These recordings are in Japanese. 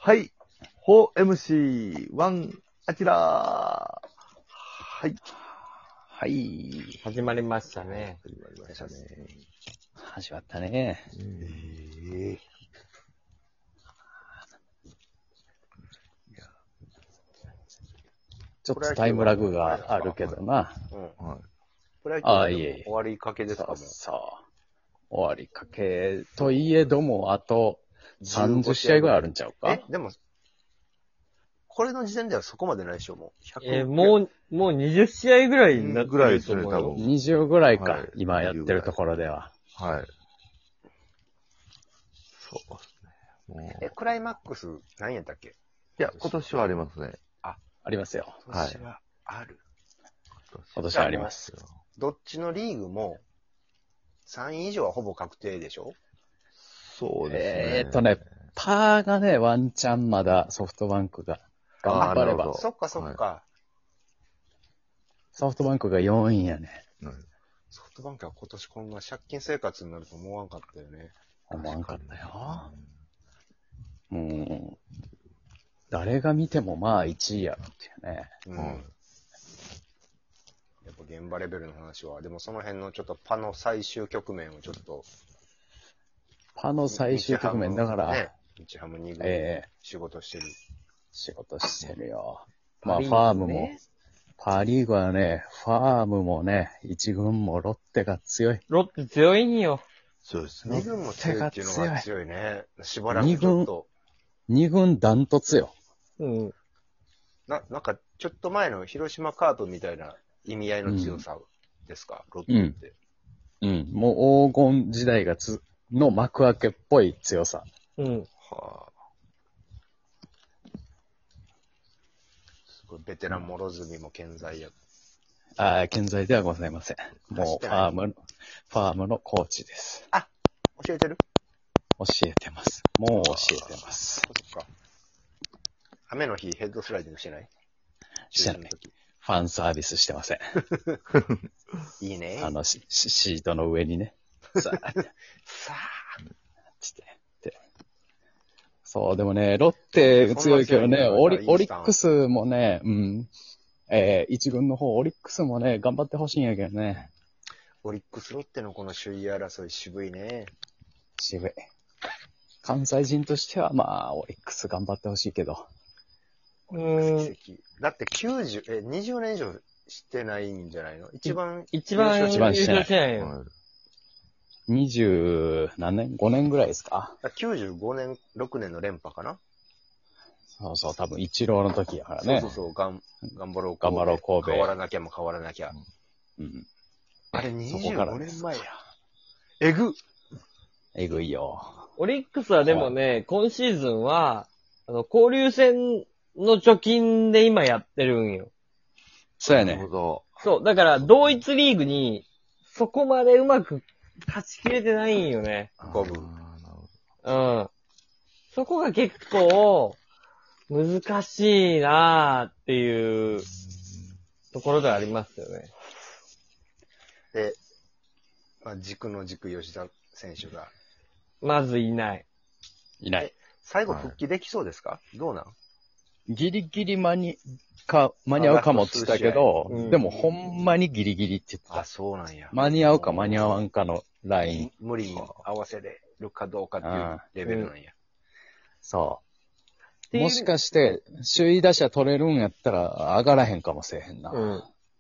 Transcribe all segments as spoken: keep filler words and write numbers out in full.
はい。フォーエムシーワン、アキラー。はい。 はい。 始まりましたね。 始まりましたね。 始まったね。 ええちょっとタイムラグがあるけどな。 うん。 はい。 プロ野球ああ、 はいでもえいえ。 終わりかけですかもそうそう。終わりかけといえども、あとさんじゅう試合ぐらいあるんちゃうか。 え、でも、これの時点ではそこまでないでしょ、もう。ひゃくえーもう、もうにじゅう試合ぐらいになってぐらいるですね多と思うよ。 分にじゅうぐらいか、 はい今やってるところでは。 はい。そうですね。もうえ、クライマックス何やったっけ？ いや、今年はありますね。 ありますよ。 今年はある。 今年はあります。 どっちのリーグもさんい以上はほぼ確定でしょ？ そうですね。 えーっとね、パーがね、ワンチャンまだソフトバンクが頑張ればあーなるほど。 そっかそっか。 ソフトバンクがよんいやね。 はいソフトバンクは今年こんな借金生活になると思わんかったよね。 思わんかったよ。もう、誰が見てもまあいちいやろっていうね。 うん。 はいやっぱ現場レベルの話は、でもその辺のちょっとパの最終局面をちょっと、 パの最終局面だから、 ね、日ハムに軍ええ仕事してる。 仕事してるよ。まあ、フパリーグァームもね、 パリーグはね、ファームもね、一軍もロッテが強い。 ロッテ強いんよ。 そうですね。 に軍も強いっていうのが強いね。しばらくちょっと、 二軍ダントツよ。 うん。 な、なんかちょっと前の広島カープみたいな意味合いの強さですか、ロッテって。 うん。もう黄金時代がつ、の幕開けっぽい強さ。 うん。 はあ。すごい、ベテラン諸角も健在や。 ああ、健在ではございません。もうファームの、ファームのコーチです。 教えてる？ 教えてます。もう教えてます。 そっか。雨の日ヘッドスライディングしてない？ してない中止の時ファンサービスしてません。 いいね。 あの、シシートの上にね。さあ、 さあ。 つって。でそう、でもね、ロッテ強いけどね、 そんな強いのオリイースタンオリックスもね、うん。えー、一軍の方、オリックスもね、頑張ってほしいんやけどね。 オリックスロッテのこの首位争い渋いね。 渋い。関西人としては、まあ、オリックス頑張ってほしいけど。 うーん。 奇跡。だってきゅうじゅう、え、にじゅうねん以上してないんじゃないの？一番、 一番優一番してない勝してないよ。 はい二十何年 ?ご 年ぐらいですか？ あきゅうじゅうごねん、ろくねんの連覇かな？ そうそう、多分一郎の時やからね。 そうそうそう、がん、頑張ろう頑張ろう神戸変わらなきゃも変わらなきゃ。 うん。 あれそこ 25 からです年前や。えぐ。 えぐいよ。 オリックスはでもね、今シーズンは、あの、交流戦の貯金で今やってるんよ。 そうやねなるほ。ど。 そう。だから、同一リーグに、そこまでうまく勝ちきれてないんよね。 五分あーなるほどうん。そこが結構、難しいなーっていうところではありますよね。 で、まあ、軸の軸吉田選手が。 まずいない。 いない。 最後復帰できそうですか？どうなん？ ギリギリ間に、か、間に合うかもって言ったけど、 うんでもほんまにギリギリって言ってあ、 た。 そうなんや。 間に合うか間に合わんかのライン。 無理に合わせれるかどうかっていうレベルなんや。 そう。 ていうもしかして、首位打者取れるんやったら上がらへんかもしれへんな。 うん。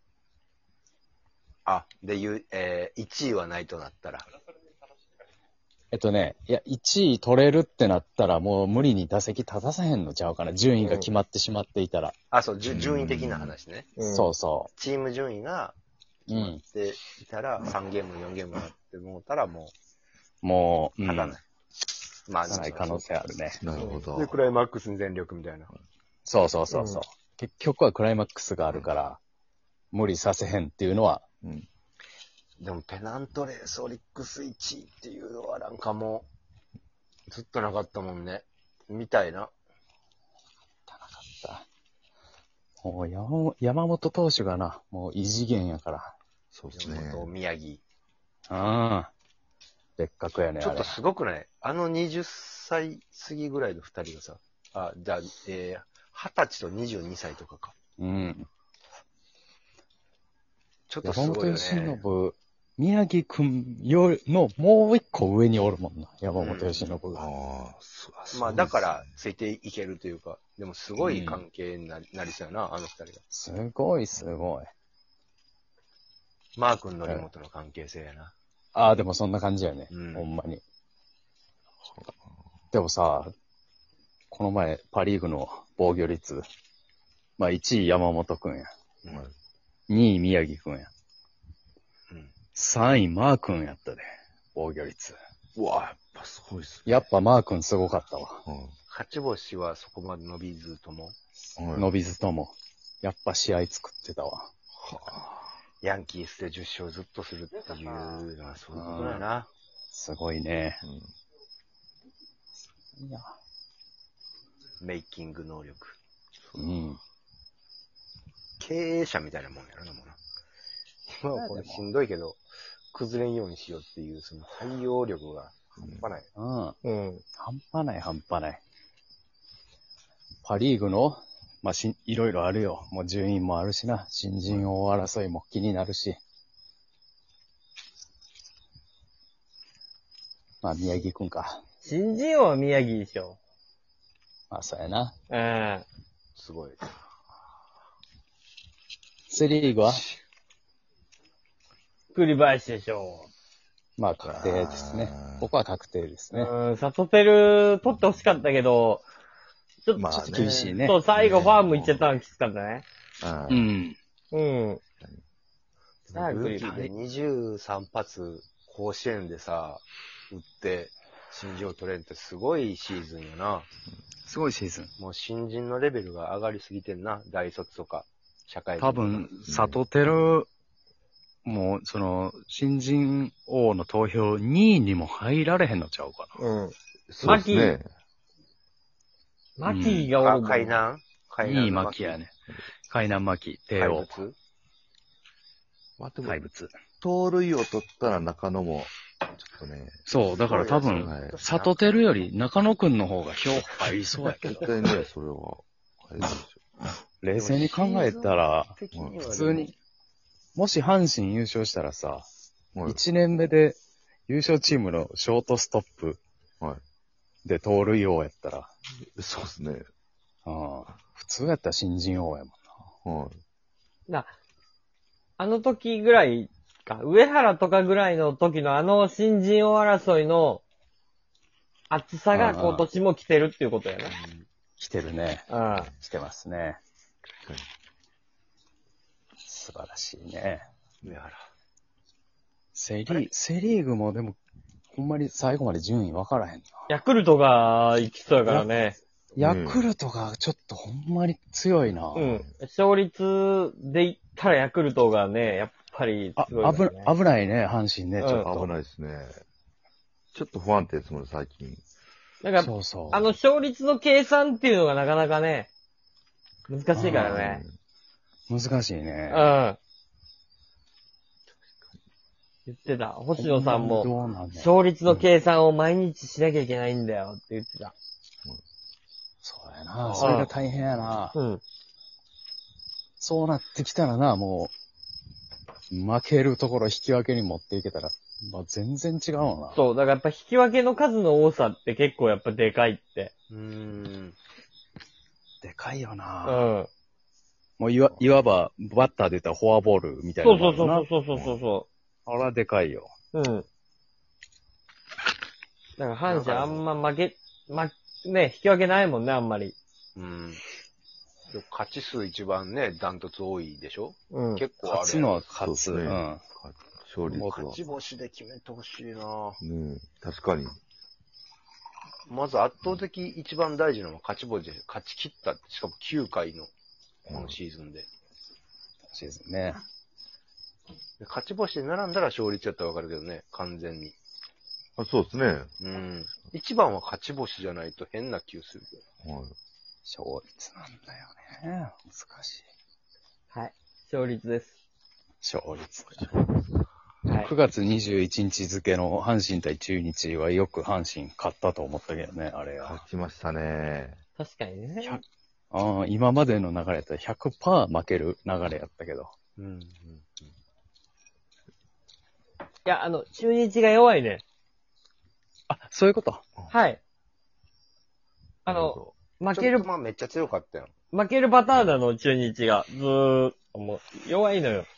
あ、でいう、えー、いちいはないとなったら。 えっとね、いや、いちい取れるってなったらもう無理に打席立たせへんのちゃうかな。順位が決まってしまっていたら。 あ、そう、じゅ順位的な話ね。 うんそうそチーム順位がう。うん。 でいたら、さんゲーム、よんゲームになってもうたらももう、 う、 うん。 勝たない。まあ、 勝たない可能性あるね。 なるほど。 で、クライマックスに全力みたいな。 そうそうそうそう。 うん結局はクライマックスがあるから、無理させへんっていうのは、 うん。 でも、ペナントレースオリックスいちいっていうのはなんかもう、ずっとなかったもんね。みたいな。 もう山本山本投手がな、もう異次元やから。 そうですね。 地元、宮城。 うん。別格やね、あれちょっと。すごくない？あのはたち過ぎぐらいの二人がさ、 あ、じゃあ、えー、はたちとにじゅうにさいとかか。 うん。 ちょっとすごいよ山本由伸ね。、 宮城くんよりのもう一個上におるもんな。山本由伸が。 ああ、すまあ、だから、ついていけるというか、でもすごい関係になり,、なりそうやな、あの二人が。 すごいすごい。 マー君のリモートの関係性やな。 ああ、でもそんな感じやね。 うんほんまに。でもさ、この前、パリーグの防御率、まあいちい山本くんや。 うん。 にい宮城くんや。 うん。 さんいマー君やったで。防御率。 うわ、やっぱすごいっすね。 やっぱマー君すごかったわ。 勝ち星はそこまで伸びずとも、 うん。はい。 伸びずとも。やっぱ試合作ってたわ。 はあ。 ヤンキースでじゅっ勝ずっとするっていうのはそういうことだよな。 すごいね。 うん。 いや。 メイキング能力。 うん。 経営者みたいなもんやろな、もうな。今はこれしんどいけど、崩れんようにしようっていう、その対応力が半端ない。 うん。 うん。 半端ない半端ない。パリーグの、まあ、し、いろいろあるよ。もう順位もあるしな。新人王争いも気になるし。まあ、宮城くんか。 新人王は宮城でしょ。 まあ、そうやな。 うん。 すごい。 セリーグは栗林でしょ。 まあ、確定ですね。ここは確定ですね。 うん、サトテル取ってほしかったけど、ちょっと、 まあちょっと厳しいね。 そう、最後ファーム行っちゃったのがきつかったね。 ああ。 うん。 うん。 ルーキーでにじゅうさん発甲子園でさ、打って、新人を取れんってすごいシーズンよな。 すごいシーズン。 もう新人のレベルが上がりすぎてんな。大卒とか、社会人とか。 多分、サトテル、もう、その、新人王の投票にいにも入られへんのちゃうかな。 うん。 そうですね。 マキーがおるもん。 か海南海いい南の巻きやね。海南巻き、帝王、 怪物まあでも怪、物。 盗塁を取ったら中野も、ちょっとね、 そう、だから多分、 はい。 サトテルより中野くんの方が票入りそうやけど、 絶対ね、それは、あれでし冷静に考えたら、 的には普通に、もし阪神優勝したらさ、 ょ。はい。 いちねんめで優勝チームのショートストップはい。 で盗塁王やったら、 そうですね。 うん、普通やったら新人王やもんはい。 な、あの時ぐらいか、上原とかぐらいの時のあの新人王争いの厚さが今年も来てるっていうことやな。 来てるね。 うん。 来てますね。 確かに。 素晴らしいね。 上原。 セリ、セリーグもでも、ほんまに最後まで順位分からへんな。 ヤクルトが行きそうやからね。 ヤクルトがちょっとほんまに強いな。 うん。勝率で言ったらヤクルトがね、やっぱりあ、 すごいからね。 危、危ないね、阪神ね、 うんちょっと。 危ないですね。ちょっと不安定ですもん、最近。 なんか、 そうそう。 あの勝率の計算っていうのがなかなかね、難しいからね。 難しいうん。 ね。 言ってた。星野さんも、 どうなんだろう勝率の計算を毎日しなきゃいけないんだよって言ってた。 そうやな。それが大変やな。 うん。 そうなってきたらな、もう、負けるところ引き分けに持っていけたら、まあ、全然違うわな。 そう、だからやっぱ引き分けの数の多さって結構やっぱでかいって。 うーん。 でかいような。 ん。 もういわ、いわば、バッターで言ったらフォアボールみたいなそうそうのもあるな。 そうそうそうそあら、でかいよ。 う。うん。だから阪神あんま負け、ま、ね、引き分けないもんね、あんまり。 うん。でも勝ち数一番ね、ダントツ多いでしょ、 うん。 結構ある。 勝つのは勝つ。 そうですねうん。 勝率は。 勝ち星で決めてほしいな。 ね確かに。 まず圧倒的一番大事なのは勝ち星で勝ち切ったって、しかもきゅうかいのこのシーズンで。 シーズンね。 で勝ち星で並んだら勝率やったらわかるけどね、完全に。 あ、そうですね。はい。 うん。一番は勝ち星じゃないと変な気がするけど。 勝率なんだよね。難しい。 はい。勝率です。 勝率。 はい。 くがつにじゅういちにち付の阪神対中日はよく阪神勝ったと思ったけどね、あれは。 勝ちましたね。 確かにね。 ひゃくああ、今までの流れやったらひゃくパーセント負ける流れやったけど。 うん。うん。 いや、あの、中日が弱いね。 あ、そういうこと。 はい。あの、負けるまあめっちゃ強かったよ。 負けるパターンなの、中日が。ずーっと、もう、弱いのよ。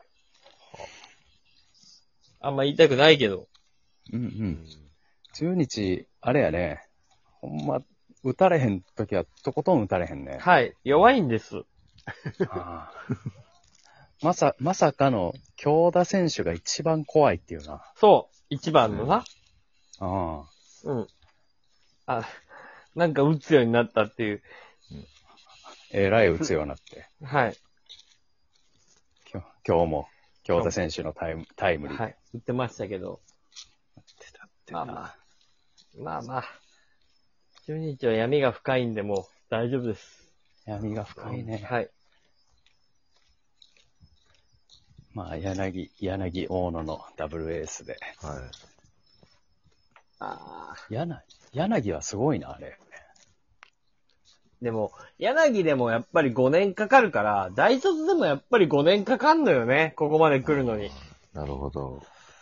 あんま言いたくないけど。 うんう。。 うん中日、あれやね。ほんま、打たれへんときはとことん打たれへんね。 はい。弱いんです。 ああまさ、まさかの、京田選手が一番怖いっていうな。 そう。一番のな。 ああ。 うん。あ、なんか打つようになったっていう。 えらい打つようになって。 はい。 今日今日も、京田選手のタイム、タイムリー。 はい。打ってましたけど。 出たってまあまあ。まあまあ。中日は闇が深いんで、もう大丈夫です。 闇が深いね。 はい。 まあ、柳、柳大野のダブルエースで。 はい。 ああ。 柳、柳はすごいな、あれ。 でも、柳でもやっぱりごねんかかるから、大卒でもやっぱりごねんかかんのよね。ここまで来るのに。 なるほど。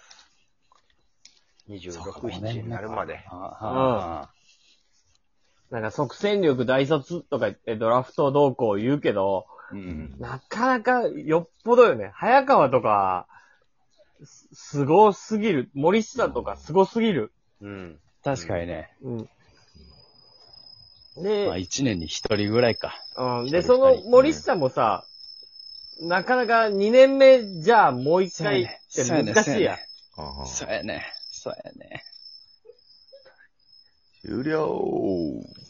にじゅうろく、ななになるまで。 ああ、 なんか即戦力大卒とか言ってドラフト動向言うけど、 うん。 なかなかよっぽどよね。早川とか、す、すごすぎる。森下とかすごすぎる。 うん。 確かにね。 うん。 まあ、 で、 一年に一人ぐらいか。 うん。で、 一人その二人森下もさ、なかなかにねんめじゃあもう一回ってそうやね難しいやん。 ああそうやね。そうやね。 終了